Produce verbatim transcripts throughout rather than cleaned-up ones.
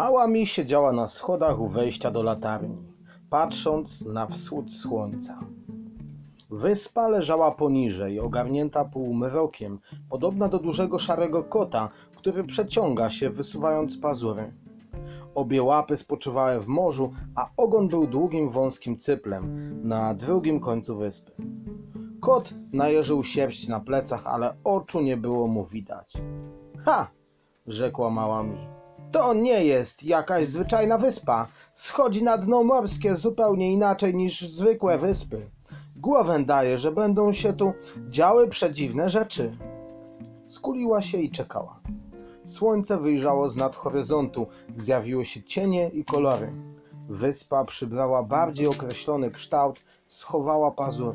Mała mi siedziała na schodach u wejścia do latarni, patrząc na wschód słońca. Wyspa leżała poniżej, ogarnięta półmrokiem, podobna do dużego szarego kota, który przeciąga się, wysuwając pazury. Obie łapy spoczywały w morzu, a ogon był długim, wąskim cyplem na drugim końcu wyspy. Kot najeżył sierść na plecach, ale oczu nie było mu widać. Ha! Rzekła mała mi. To nie jest jakaś zwyczajna wyspa. Schodzi na dno morskie zupełnie inaczej niż zwykłe wyspy. Głowę daje, że będą się tu działy przedziwne rzeczy. Skuliła się i czekała. Słońce wyjrzało z nad horyzontu, zjawiły się cienie i kolory. Wyspa przybrała bardziej określony kształt, schowała pazury.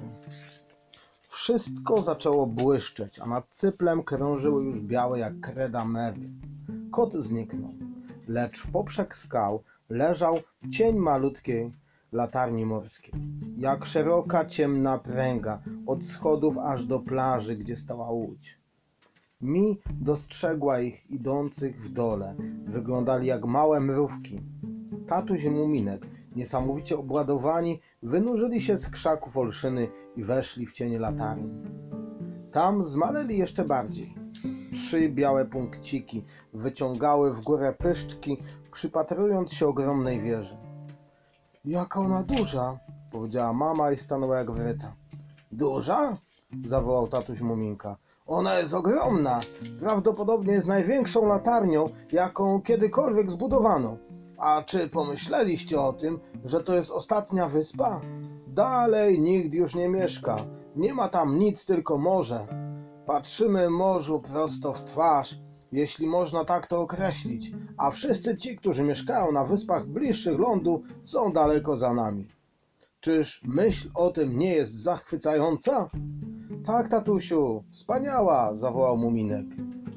Wszystko zaczęło błyszczeć, a nad cyplem krążyły już białe jak kreda mewy. Kot zniknął, lecz w poprzek skał leżał cień malutkiej latarni morskiej, jak szeroka ciemna pręga, od schodów aż do plaży, gdzie stała łódź. Mi dostrzegła ich idących w dole, wyglądali jak małe mrówki. Tatuś i Muminek, niesamowicie obładowani, wynurzyli się z krzaków olszyny i weszli w cienie latarni. Tam zmaleli jeszcze bardziej. Trzy białe punkciki wyciągały w górę pyszczki, przypatrując się ogromnej wieży. Jaka ona duża, powiedziała mama i stanęła jak wryta. Duża? Zawołał tatuś Muminka. Ona jest ogromna. Prawdopodobnie jest największą latarnią, jaką kiedykolwiek zbudowano. A czy pomyśleliście o tym, że to jest ostatnia wyspa? Dalej nikt już nie mieszka. Nie ma tam nic, tylko morze. Patrzymy morzu prosto w twarz, jeśli można tak to określić, a wszyscy ci, którzy mieszkają na wyspach bliższych lądu, są daleko za nami. Czyż myśl o tym nie jest zachwycająca? Tak, tatusiu, wspaniała, zawołał Muminek.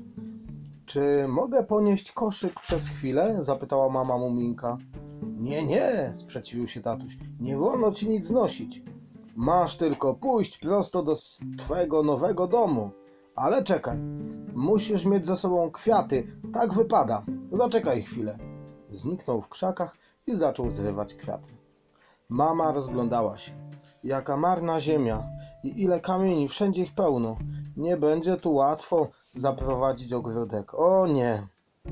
Czy mogę ponieść koszyk przez chwilę? Zapytała mama Muminka. Nie, nie, sprzeciwił się tatuś, nie wolno ci nic znosić. Masz tylko pójść prosto do twojego nowego domu. Ale czekaj, musisz mieć ze sobą kwiaty, tak wypada. Zaczekaj chwilę. Zniknął w krzakach i zaczął zrywać kwiaty. Mama rozglądała się. Jaka marna ziemia i ile kamieni, wszędzie ich pełno. Nie będzie tu łatwo zaprowadzić ogródek. O nie!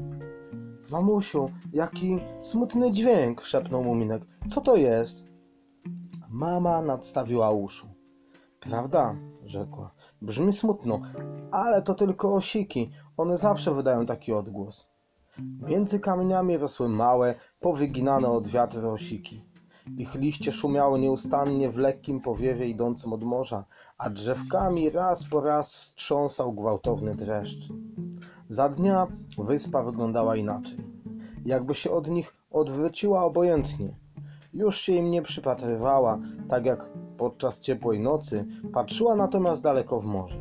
Mamusiu, jaki smutny dźwięk, szepnął Muminek. Co to jest? Mama nadstawiła uszu. Prawda, rzekła. Brzmi smutno, ale to tylko osiki. One zawsze wydają taki odgłos. Między kamieniami rosły małe, powyginane od wiatru osiki. Ich liście szumiały nieustannie w lekkim powiewie idącym od morza, a drzewkami raz po raz wstrząsał gwałtowny dreszcz. Za dnia wyspa wyglądała inaczej. Jakby się od nich odwróciła obojętnie. Już się im nie przypatrywała, tak jak podczas ciepłej nocy, patrzyła natomiast daleko w morze.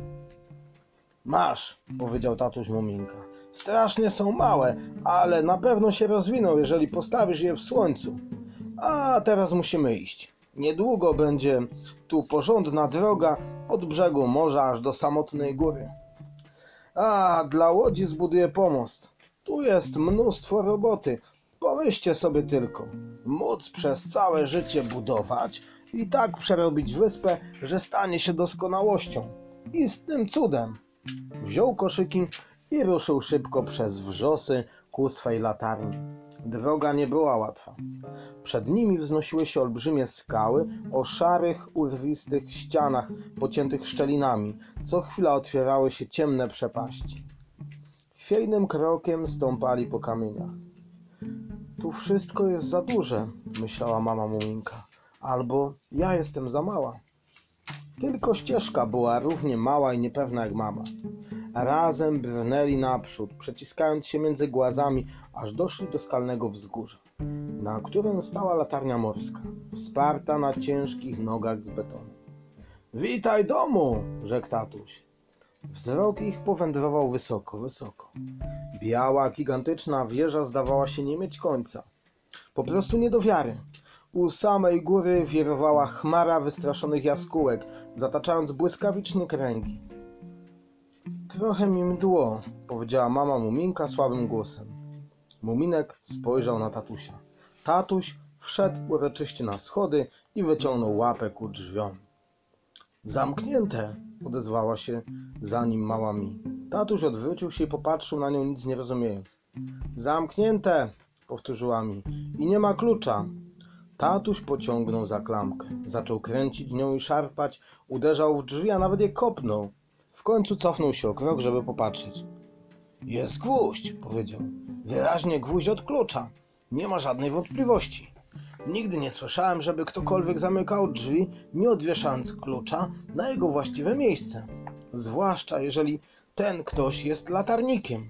Masz, powiedział tatuś Muminka. Strasznie są małe, ale na pewno się rozwiną, jeżeli postawisz je w słońcu. A teraz musimy iść. Niedługo będzie tu porządna droga od brzegu morza aż do samotnej góry. A, dla łodzi zbuduję pomost. Tu jest mnóstwo roboty. Pomyślcie sobie tylko, móc przez całe życie budować i tak przerobić wyspę, że stanie się doskonałością. Istnym cudem. Wziął koszyki i ruszył szybko przez wrzosy ku swej latarni. Droga nie była łatwa. Przed nimi wznosiły się olbrzymie skały o szarych, urwistych ścianach pociętych szczelinami. Co chwila otwierały się ciemne przepaści. Chwiejnym krokiem stąpali po kamieniach. Tu wszystko jest za duże, myślała mama Muminka. Albo ja jestem za mała. Tylko ścieżka była równie mała i niepewna jak mama. Razem brnęli naprzód, przeciskając się między głazami, aż doszli do skalnego wzgórza, na którym stała latarnia morska, wsparta na ciężkich nogach z betonu. Witaj domu, rzekł tatuś. Wzrok ich powędrował wysoko, wysoko. Biała, gigantyczna wieża zdawała się nie mieć końca. Po prostu nie do wiary. U samej góry wirowała chmara wystraszonych jaskółek, zataczając błyskawicznie kręgi. Trochę mi mdło, powiedziała mama Muminka słabym głosem. Muminek spojrzał na tatusia. Tatuś wszedł uroczyście na schody i wyciągnął łapę ku drzwiom. Zamknięte, odezwała się za nim mała Mi. Tatuś odwrócił się i popatrzył na nią, nic nie rozumiejąc. Zamknięte, powtórzyła Mi. I nie ma klucza. Tatuś pociągnął za klamkę. Zaczął kręcić nią i szarpać, uderzał w drzwi, a nawet je kopnął. W końcu cofnął się o krok, żeby popatrzeć. Jest gwóźdź, powiedział. Wyraźnie gwóźdź od klucza. Nie ma żadnej wątpliwości. Nigdy nie słyszałem, żeby ktokolwiek zamykał drzwi, nie odwieszając klucza na jego właściwe miejsce. Zwłaszcza jeżeli ten ktoś jest latarnikiem.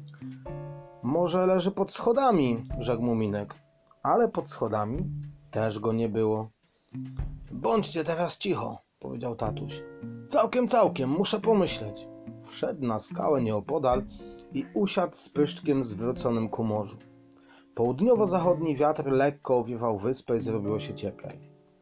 Może leży pod schodami, rzekł Muminek. Ale pod schodami też go nie było. Bądźcie teraz cicho, powiedział tatuś. Całkiem, całkiem, muszę pomyśleć. Wszedł na skałę nieopodal i usiadł z pyszczkiem zwróconym ku morzu. Południowo-zachodni wiatr lekko owiewał wyspę i zrobiło się cieplej.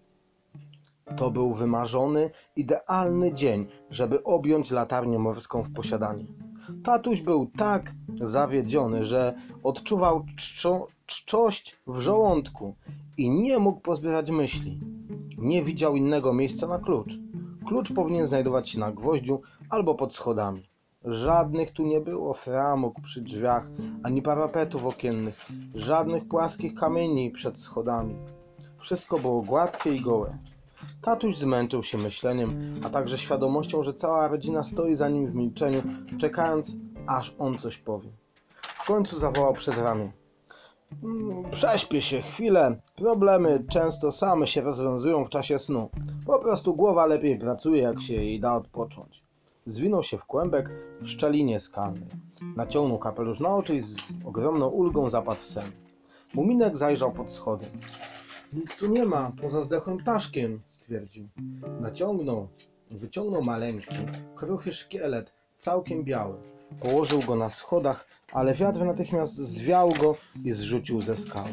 To był wymarzony, idealny dzień, żeby objąć latarnię morską w posiadanie. Tatuś był tak zawiedziony, że odczuwał czczo, czczość w żołądku i nie mógł pozbierać myśli. Nie widział innego miejsca na klucz. Klucz powinien znajdować się na gwoździu albo pod schodami. Żadnych tu nie było framug przy drzwiach, ani parapetów okiennych, żadnych płaskich kamieni przed schodami. Wszystko było gładkie i gołe. Tatuś zmęczył się myśleniem, a także świadomością, że cała rodzina stoi za nim w milczeniu, czekając, aż on coś powie. W końcu zawołał przez ramię. Prześpię się chwilę. Problemy często same się rozwiązują w czasie snu. Po prostu głowa lepiej pracuje, jak się jej da odpocząć. Zwinął się w kłębek w szczelinie skalnej. Naciągnął kapelusz na oczy i z ogromną ulgą zapadł w sen. Muminek zajrzał pod schody. Nic tu nie ma, poza zdechłym ptaszkiem, stwierdził. Naciągnął, wyciągnął maleńki, kruchy szkielet, całkiem biały. Położył go na schodach, ale wiatr natychmiast zwiał go i zrzucił ze skały.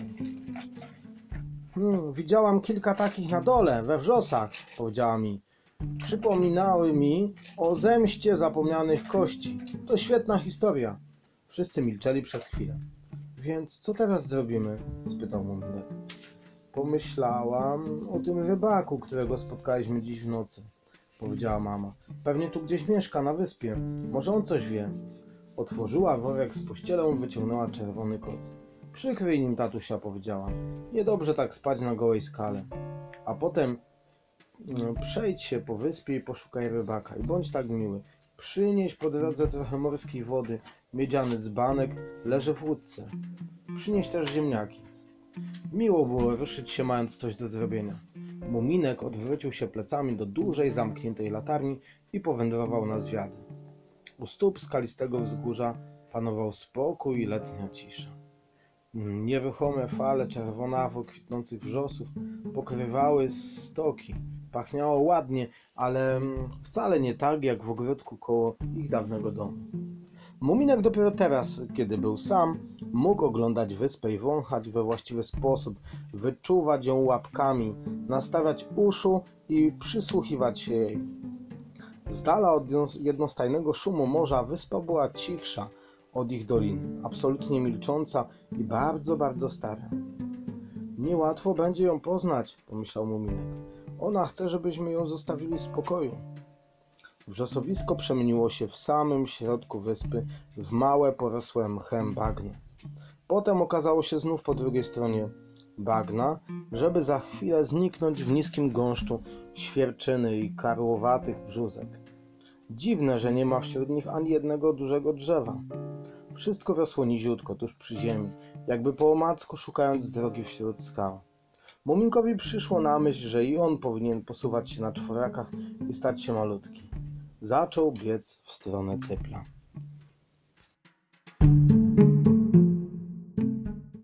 Hmm, widziałam kilka takich na dole, we wrzosach, powiedziała Mi. Przypominały mi o zemście zapomnianych kości. To świetna historia. Wszyscy milczeli przez chwilę. Więc co teraz zrobimy? Spytał Muminek. Pomyślałam o tym rybaku, którego spotkaliśmy dziś w nocy, powiedziała mama. Pewnie tu gdzieś mieszka na wyspie. Może on coś wie. Otworzyła worek z pościelą, wyciągnęła czerwony koc. Przykryj nim, tatusia, powiedziała. Niedobrze tak spać na gołej skale. A potem no, przejdź się po wyspie i poszukaj rybaka. I bądź tak miły. Przynieś po drodze trochę morskiej wody. Miedziany dzbanek leży w łódce. Przynieś też ziemniaki. Miło było ruszyć się, mając coś do zrobienia. Muminek odwrócił się plecami do dużej, zamkniętej latarni i powędrował na zwiady. U stóp skalistego wzgórza panował spokój i letnia cisza. Nieruchome fale czerwonawo kwitnących wrzosów pokrywały stoki. Pachniało ładnie, ale wcale nie tak jak w ogródku koło ich dawnego domu. Muminek dopiero teraz, kiedy był sam, mógł oglądać wyspę i wąchać we właściwy sposób, wyczuwać ją łapkami, nastawiać uszu i przysłuchiwać się jej. Z dala od jednostajnego szumu morza wyspa była cichsza od ich doliny, absolutnie milcząca i bardzo, bardzo stara. Niełatwo będzie ją poznać, pomyślał Muminek. Ona chce, żebyśmy ją zostawili w spokoju. Wrzosowisko przemieniło się w samym środku wyspy w małe, porosłe mchem bagno. Potem okazało się znów po drugiej stronie bagna, żeby za chwilę zniknąć w niskim gąszczu świerczyny i karłowatych brzózek. Dziwne, że nie ma wśród nich ani jednego dużego drzewa. Wszystko rosło niziutko, tuż przy ziemi, jakby po omacku szukając drogi wśród skał. Muminkowi przyszło na myśl, że i on powinien posuwać się na czworakach i stać się malutki. Zaczął biec w stronę cypla.